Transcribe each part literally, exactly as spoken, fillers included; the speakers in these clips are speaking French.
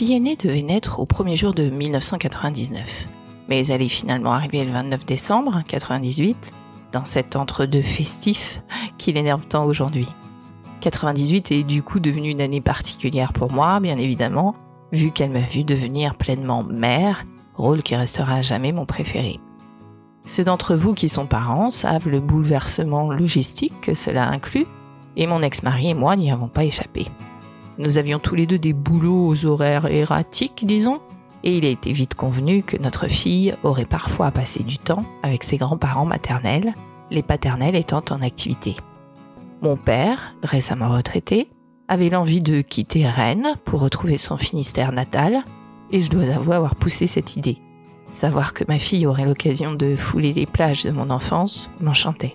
fille aînée devait naître au premier jour de dix-neuf cent quatre-vingt-dix-neuf. Mais elle est finalement arrivée le vingt-neuf décembre mille neuf cent quatre-vingt-dix-huit, dans cet entre-deux festif qui l'énerve tant aujourd'hui. quatre-vingt-dix-huit est du coup devenue une année particulière pour moi, bien évidemment, vu qu'elle m'a vu devenir pleinement mère, rôle qui restera à jamais mon préféré. Ceux d'entre vous qui sont parents savent le bouleversement logistique que cela inclut, et mon ex-mari et moi n'y avons pas échappé. Nous avions tous les deux des boulots aux horaires erratiques, disons, et il a été vite convenu que notre fille aurait parfois à passer du temps avec ses grands-parents maternels, les paternels étant en activité. Mon père, récemment retraité, avait l'envie de quitter Rennes pour retrouver son Finistère natal, et je dois avouer avoir poussé cette idée. Savoir que ma fille aurait l'occasion de fouler les plages de mon enfance m'enchantait.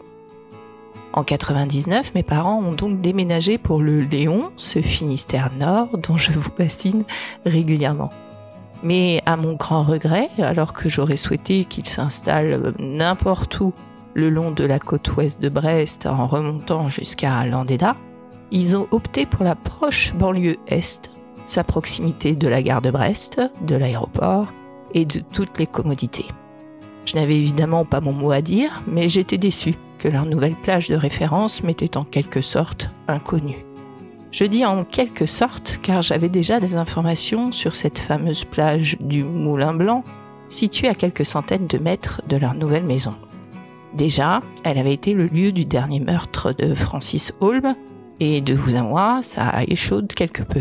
En quatre-vingt-dix-neuf, mes parents ont donc déménagé pour le Léon, ce Finistère Nord dont je vous bassine régulièrement. Mais à mon grand regret, alors que j'aurais souhaité qu'ils s'installent n'importe où le long de la côte ouest de Brest en remontant jusqu'à Landéda, ils ont opté pour la proche banlieue est, sa proximité de la gare de Brest, de l'aéroport et de toutes les commodités. Je n'avais évidemment pas mon mot à dire, mais j'étais déçu que leur nouvelle plage de référence m'était en quelque sorte inconnue. Je dis en quelque sorte car j'avais déjà des informations sur cette fameuse plage du Moulin Blanc, située à quelques centaines de mètres de leur nouvelle maison. Déjà, elle avait été le lieu du dernier meurtre de Francis Holm, et de vous à moi, ça échaude quelque peu.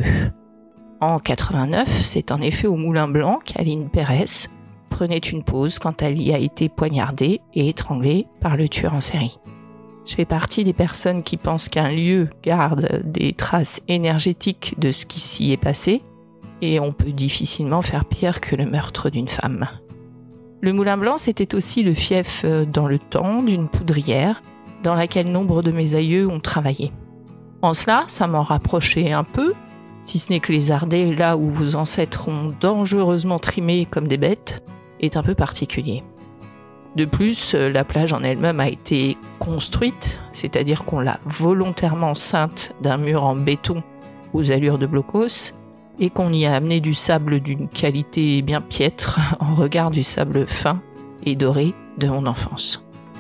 En quatre-vingt-neuf, c'est en effet au Moulin Blanc qu'Aline Pérez prenait une pause quand elle y a été poignardée et étranglée par le tueur en série. Je fais partie des personnes qui pensent qu'un lieu garde des traces énergétiques de ce qui s'y est passé, et on peut difficilement faire pire que le meurtre d'une femme. Le Moulin Blanc, c'était aussi le fief dans le temps d'une poudrière dans laquelle nombre de mes aïeux ont travaillé. En cela, ça m'en rapprochait un peu, si ce n'est que les Ardets, là où vos ancêtres ont dangereusement trimé comme des bêtes, est un peu particulier. De plus, la plage en elle-même a été construite, c'est-à-dire qu'on l'a volontairement ceinte d'un mur en béton aux allures de blocos, et qu'on y a amené du sable d'une qualité bien piètre en regard du sable fin et doré de mon enfance.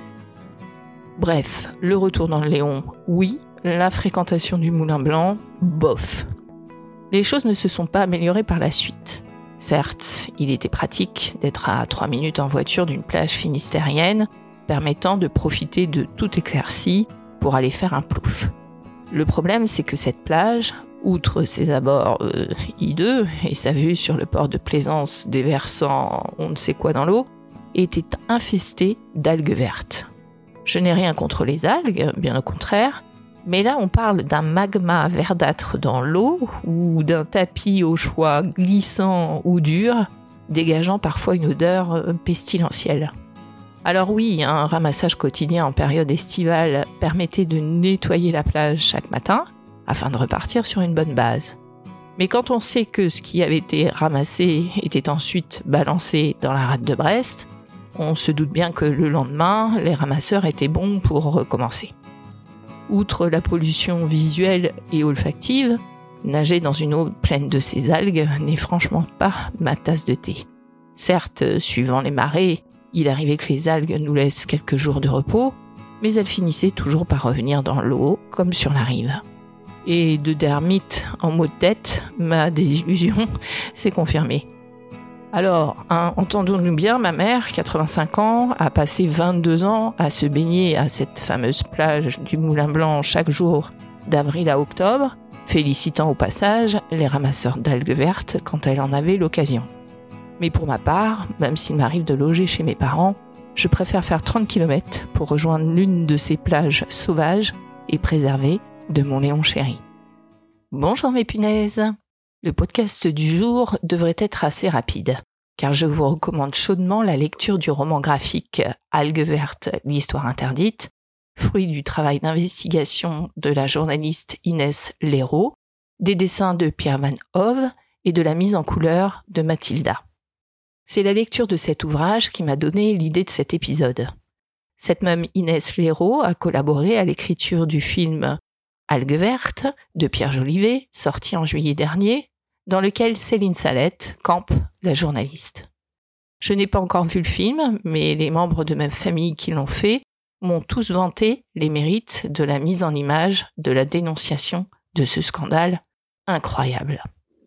Bref, le retour dans le Léon, oui, la fréquentation du Moulin Blanc, bof. Les choses ne se sont pas améliorées par la suite. Certes, il était pratique d'être à trois minutes en voiture d'une plage finistérienne, permettant de profiter de tout éclairci pour aller faire un plouf. Le problème, c'est que cette plage, outre ses abords euh, hideux et sa vue sur le port de Plaisance déversant on ne sait quoi dans l'eau, était infestée d'algues vertes. Je n'ai rien contre les algues, bien au contraire, mais là on parle d'un magma verdâtre dans l'eau ou d'un tapis au choix glissant ou dur, dégageant parfois une odeur pestilentielle. Alors oui, un ramassage quotidien en période estivale permettait de nettoyer la plage chaque matin, afin de repartir sur une bonne base. Mais quand on sait que ce qui avait été ramassé était ensuite balancé dans la rade de Brest, on se doute bien que le lendemain, les ramasseurs étaient bons pour recommencer. Outre la pollution visuelle et olfactive, nager dans une eau pleine de ces algues n'est franchement pas ma tasse de thé. Certes, suivant les marées, il arrivait que les algues nous laissent quelques jours de repos, mais elles finissaient toujours par revenir dans l'eau, comme sur la rive. Et de dermite en maux de tête, ma désillusion s'est confirmée. Alors, hein, entendons-nous bien, ma mère, quatre-vingt-cinq ans, a passé vingt-deux ans à se baigner à cette fameuse plage du Moulin Blanc chaque jour d'avril à octobre, félicitant au passage les ramasseurs d'algues vertes quand elle en avait l'occasion. Mais pour ma part, même s'il m'arrive de loger chez mes parents, je préfère faire trente kilomètres pour rejoindre l'une de ces plages sauvages et préservées de mon Léon chéri. Bonjour mes punaises. Le podcast du jour devrait être assez rapide, car je vous recommande chaudement la lecture du roman graphique Algues vertes, l'histoire interdite, fruit du travail d'investigation de la journaliste Inès Léraud, des dessins de Pierre Van Hove et de la mise en couleur de Mathilda. C'est la lecture de cet ouvrage qui m'a donné l'idée de cet épisode. Cette même Inès Léraud a collaboré à l'écriture du film Algues vertes de Pierre Jolivet, sorti en juillet dernier, dans lequel Céline Salette campe la journaliste. Je n'ai pas encore vu le film, mais les membres de ma famille qui l'ont fait m'ont tous vanté les mérites de la mise en image, de la dénonciation de ce scandale incroyable.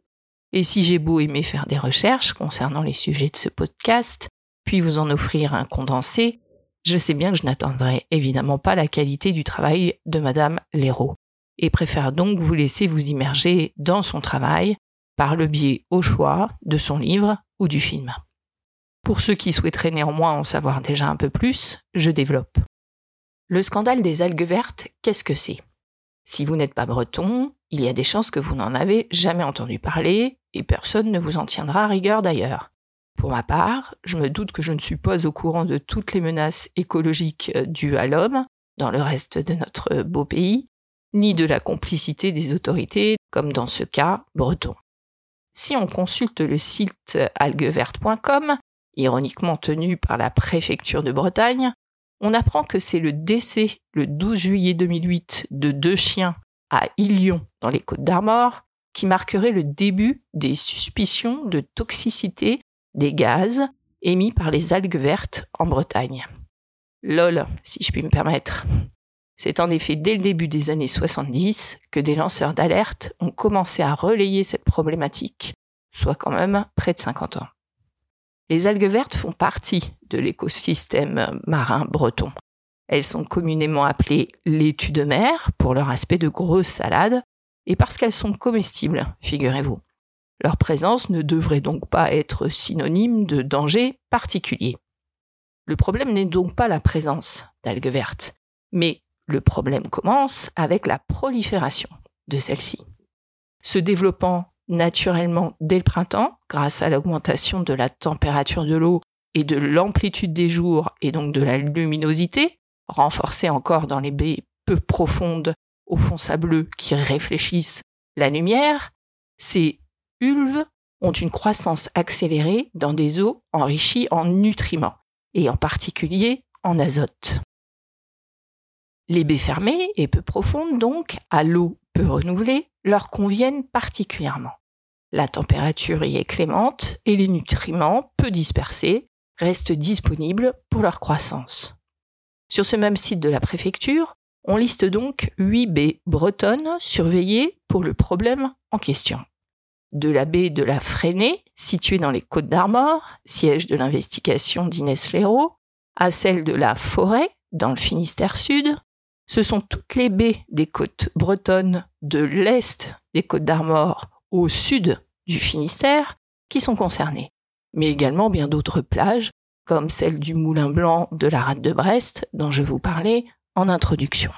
Et si j'ai beau aimer faire des recherches concernant les sujets de ce podcast, puis vous en offrir un condensé, je sais bien que je n'attendrai évidemment pas la qualité du travail de Madame Leroux, et préfère donc vous laisser vous immerger dans son travail par le biais au choix de son livre ou du film. Pour ceux qui souhaiteraient néanmoins en savoir déjà un peu plus, je développe. Le scandale des algues vertes, qu'est-ce que c'est ? Si vous n'êtes pas breton, il y a des chances que vous n'en avez jamais entendu parler et personne ne vous en tiendra rigueur d'ailleurs. Pour ma part, je me doute que je ne suis pas au courant de toutes les menaces écologiques dues à l'homme dans le reste de notre beau pays, ni de la complicité des autorités, comme dans ce cas breton. Si on consulte le site alguesvertes point com, ironiquement tenu par la préfecture de Bretagne, on apprend que c'est le décès le douze juillet deux mille huit de deux chiens à Illion, dans les Côtes-d'Armor, qui marquerait le début des suspicions de toxicité des gaz émis par les algues vertes en Bretagne. Lol, si je puis me permettre. C'est en effet dès le début des années soixante-dix que des lanceurs d'alerte ont commencé à relayer cette problématique, soit quand même près de cinquante ans. Les algues vertes font partie de l'écosystème marin breton. Elles sont communément appelées laitues de mer pour leur aspect de grosse salade et parce qu'elles sont comestibles, figurez-vous. Leur présence ne devrait donc pas être synonyme de danger particulier. Le problème n'est donc pas la présence d'algues vertes, mais le problème commence avec la prolifération de celles-ci. Se développant naturellement dès le printemps, grâce à l'augmentation de la température de l'eau et de l'amplitude des jours et donc de la luminosité, renforcée encore dans les baies peu profondes au fond sableux qui réfléchissent la lumière, ces ulves ont une croissance accélérée dans des eaux enrichies en nutriments, et en particulier en azote. Les baies fermées et peu profondes donc, à l'eau peu renouvelée, leur conviennent particulièrement. La température y est clémente et les nutriments, peu dispersés, restent disponibles pour leur croissance. Sur ce même site de la préfecture, on liste donc huit baies bretonnes surveillées pour le problème en question. De la baie de la Fresnay, située dans les Côtes-d'Armor, siège de l'investigation d'Inès Leroux, à celle de la Forêt, dans le Finistère Sud, ce sont toutes les baies des côtes bretonnes de l'est des Côtes-d'Armor au sud du Finistère qui sont concernées, mais également bien d'autres plages, comme celle du Moulin Blanc de la Rade de Brest, dont je vous parlais en introduction.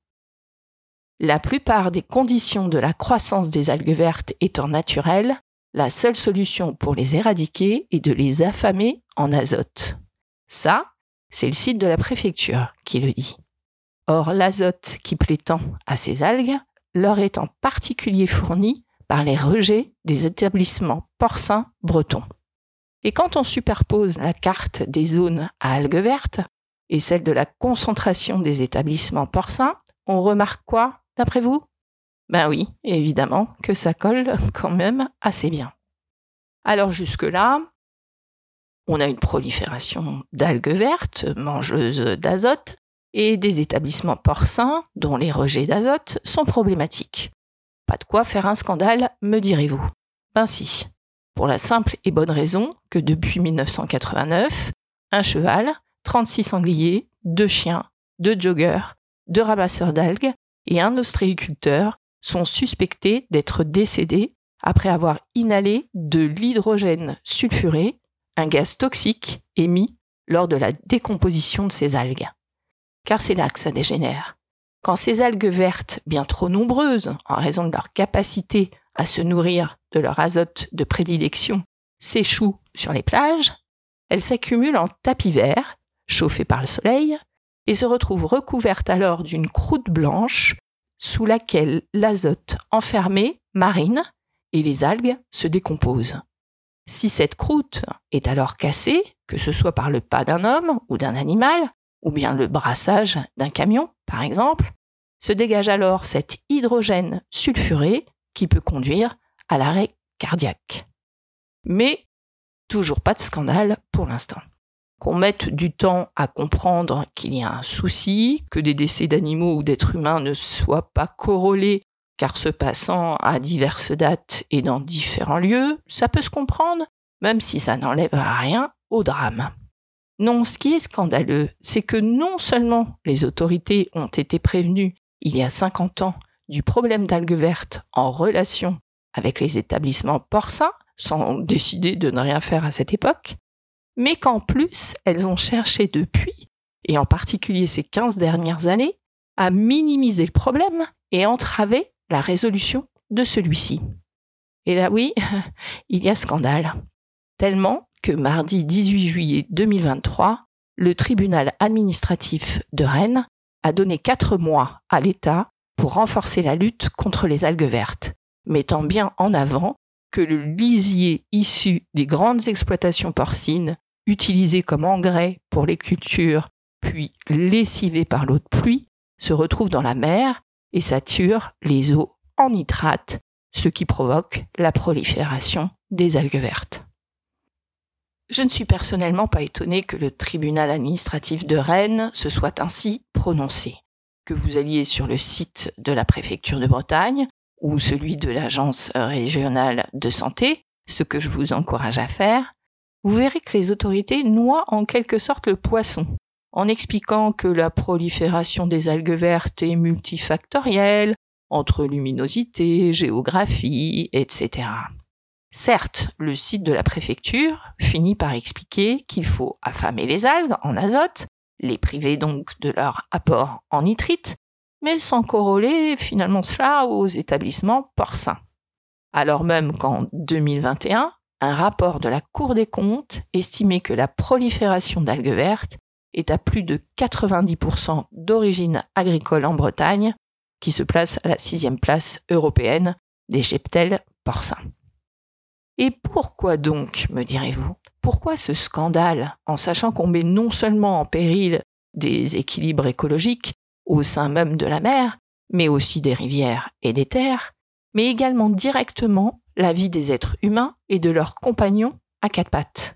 La plupart des conditions de la croissance des algues vertes étant naturelles, la seule solution pour les éradiquer est de les affamer en azote. Ça, c'est le site de la préfecture qui le dit. Or, l'azote qui plaît tant à ces algues leur est en particulier fourni par les rejets des établissements porcins bretons. Et quand on superpose la carte des zones à algues vertes et celle de la concentration des établissements porcins, on remarque quoi, d'après vous ? Ben oui, évidemment que ça colle quand même assez bien. Alors jusque-là, on a une prolifération d'algues vertes, mangeuses d'azote, et des établissements porcins dont les rejets d'azote sont problématiques. Pas de quoi faire un scandale, me direz-vous. Ben si, pour la simple et bonne raison que depuis dix-neuf cent quatre-vingt-neuf, un cheval, trente-six sangliers, deux chiens, deux joggeurs, deux ramasseurs d'algues et un ostréiculteur sont suspectés d'être décédés après avoir inhalé de l'hydrogène sulfuré, un gaz toxique émis lors de la décomposition de ces algues. Car c'est là que ça dégénère. Quand ces algues vertes, bien trop nombreuses en raison de leur capacité à se nourrir de leur azote de prédilection, s'échouent sur les plages, elles s'accumulent en tapis verts, chauffés par le soleil, et se retrouvent recouvertes alors d'une croûte blanche sous laquelle l'azote enfermé marine et les algues se décomposent. Si cette croûte est alors cassée, que ce soit par le pas d'un homme ou d'un animal, ou bien le brassage d'un camion, par exemple, se dégage alors cet hydrogène sulfuré qui peut conduire à l'arrêt cardiaque. Mais toujours pas de scandale pour l'instant. Qu'on mette du temps à comprendre qu'il y a un souci, que des décès d'animaux ou d'êtres humains ne soient pas corrélés car se passant à diverses dates et dans différents lieux, ça peut se comprendre, même si ça n'enlève rien au drame. Non, ce qui est scandaleux, c'est que non seulement les autorités ont été prévenues il y a cinquante ans du problème d'algues vertes en relation avec les établissements porcins, sans décider de ne rien faire à cette époque, mais qu'en plus, elles ont cherché depuis, et en particulier ces quinze dernières années, à minimiser le problème et entraver la résolution de celui-ci. Et là, oui, il y a scandale. Tellement que mardi dix-huit juillet deux mille vingt-trois, le tribunal administratif de Rennes a donné quatre mois à l'État pour renforcer la lutte contre les algues vertes, mettant bien en avant que le lisier issu des grandes exploitations porcines, utilisé comme engrais pour les cultures, puis lessivé par l'eau de pluie, se retrouve dans la mer et sature les eaux en nitrate, ce qui provoque la prolifération des algues vertes. Je ne suis personnellement pas étonnée que le tribunal administratif de Rennes se soit ainsi prononcé. Que vous alliez sur le site de la préfecture de Bretagne ou celui de l'agence régionale de santé, ce que je vous encourage à faire, vous verrez que les autorités noient en quelque sorte le poisson, en expliquant que la prolifération des algues vertes est multifactorielle, entre luminosité, géographie, et cetera. Certes, le site de la préfecture finit par expliquer qu'il faut affamer les algues en azote, les priver donc de leur apport en nitrite, mais sans corréler finalement cela aux établissements porcins. Alors même qu'en deux mille vingt et un, un rapport de la Cour des comptes estimait que la prolifération d'algues vertes est à plus de quatre-vingt-dix pour cent d'origine agricole en Bretagne, qui se place à la sixième place européenne des cheptels porcins. Et pourquoi donc, me direz-vous, pourquoi ce scandale, en sachant qu'on met non seulement en péril des équilibres écologiques au sein même de la mer, mais aussi des rivières et des terres, mais également directement la vie des êtres humains et de leurs compagnons à quatre pattes?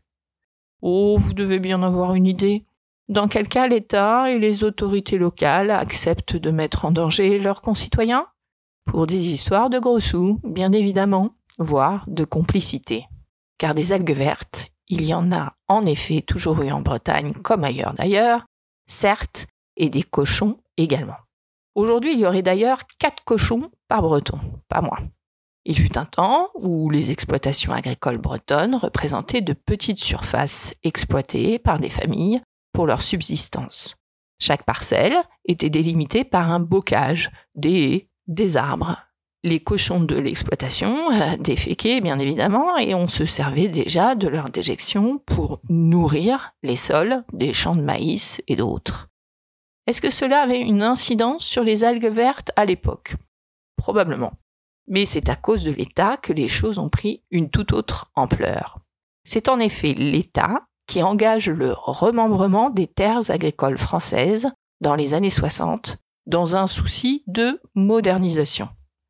Oh, vous devez bien avoir une idée. Dans quel cas l'État et les autorités locales acceptent de mettre en danger leurs concitoyens? Pour des histoires de gros sous, bien évidemment, voire de complicité. Car des algues vertes, il y en a en effet toujours eu en Bretagne, comme ailleurs d'ailleurs, certes, et des cochons également. Aujourd'hui, il y aurait d'ailleurs quatre cochons par breton, pas moins. Il fut un temps où les exploitations agricoles bretonnes représentaient de petites surfaces exploitées par des familles pour leur subsistance. Chaque parcelle était délimitée par un bocage, des haies, des arbres. Les cochons de l'exploitation euh, déféquaient bien évidemment et on se servait déjà de leur déjection pour nourrir les sols des champs de maïs et d'autres. Est-ce que cela avait une incidence sur les algues vertes à l'époque? Probablement. Mais c'est à cause de l'État que les choses ont pris une toute autre ampleur. C'est en effet l'État qui engage le remembrement des terres agricoles françaises dans les années soixante dans un souci de modernisation.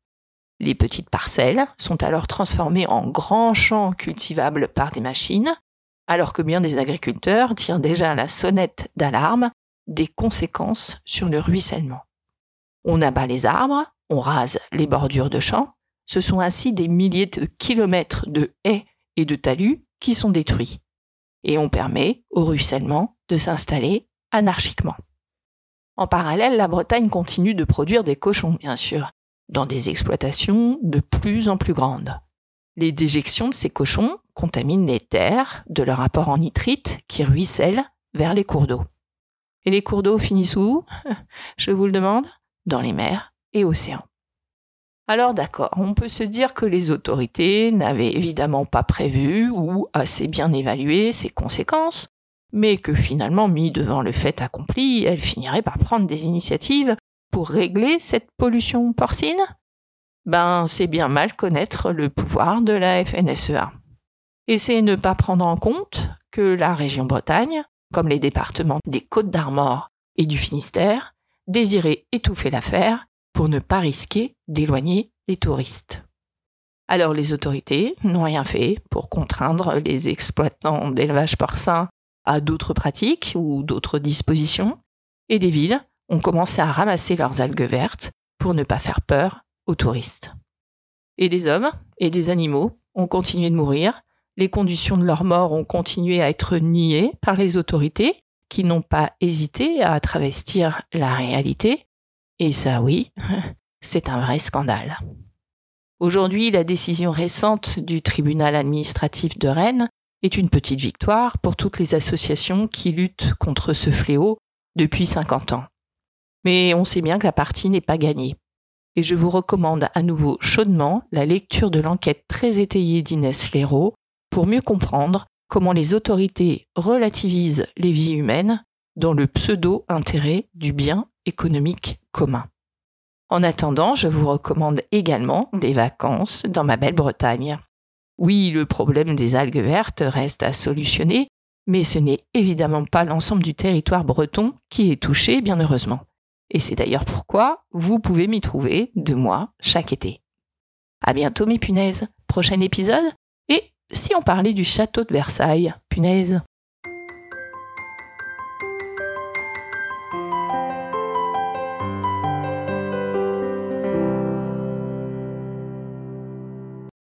Les petites parcelles sont alors transformées en grands champs cultivables par des machines, alors que bien des agriculteurs tirent déjà la sonnette d'alarme des conséquences sur le ruissellement. On abat les arbres, on rase les bordures de champs, ce sont ainsi des milliers de kilomètres de haies et de talus qui sont détruits. Et on permet au ruissellement de s'installer anarchiquement. En parallèle, la Bretagne continue de produire des cochons, bien sûr, dans des exploitations de plus en plus grandes. Les déjections de ces cochons contaminent les terres de leur apport en nitrite qui ruisselle vers les cours d'eau. Et les cours d'eau finissent où? Je vous le demande, dans les mers et océans. Alors d'accord, on peut se dire que les autorités n'avaient évidemment pas prévu ou assez bien évalué ces conséquences, mais que finalement, mis devant le fait accompli, elles finiraient par prendre des initiatives pour régler cette pollution porcine? Ben, c'est bien mal connaître le pouvoir de la F N S E A. Et c'est ne pas prendre en compte que la région Bretagne, comme les départements des Côtes-d'Armor et du Finistère, désirait étouffer l'affaire pour ne pas risquer d'éloigner les touristes. Alors les autorités n'ont rien fait pour contraindre les exploitants d'élevage porcin à d'autres pratiques ou d'autres dispositions, et des villes ont commencé à ramasser leurs algues vertes pour ne pas faire peur aux touristes. Et des hommes et des animaux ont continué de mourir, les conditions de leur mort ont continué à être niées par les autorités, qui n'ont pas hésité à travestir la réalité, et ça oui, c'est un vrai scandale. Aujourd'hui, la décision récente du tribunal administratif de Rennes est une petite victoire pour toutes les associations qui luttent contre ce fléau depuis cinquante ans. Mais on sait bien que la partie n'est pas gagnée. Et je vous recommande à nouveau chaudement la lecture de l'enquête très étayée d'Inès Léraud pour mieux comprendre comment les autorités relativisent les vies humaines dans le pseudo-intérêt du bien économique commun. En attendant, je vous recommande également des vacances dans ma belle Bretagne. Oui, le problème des algues vertes reste à solutionner, mais ce n'est évidemment pas l'ensemble du territoire breton qui est touché, bien heureusement. Et c'est d'ailleurs pourquoi vous pouvez m'y trouver deux mois chaque été. À bientôt mes punaises, prochain épisode. Et si on parlait du château de Versailles, punaise.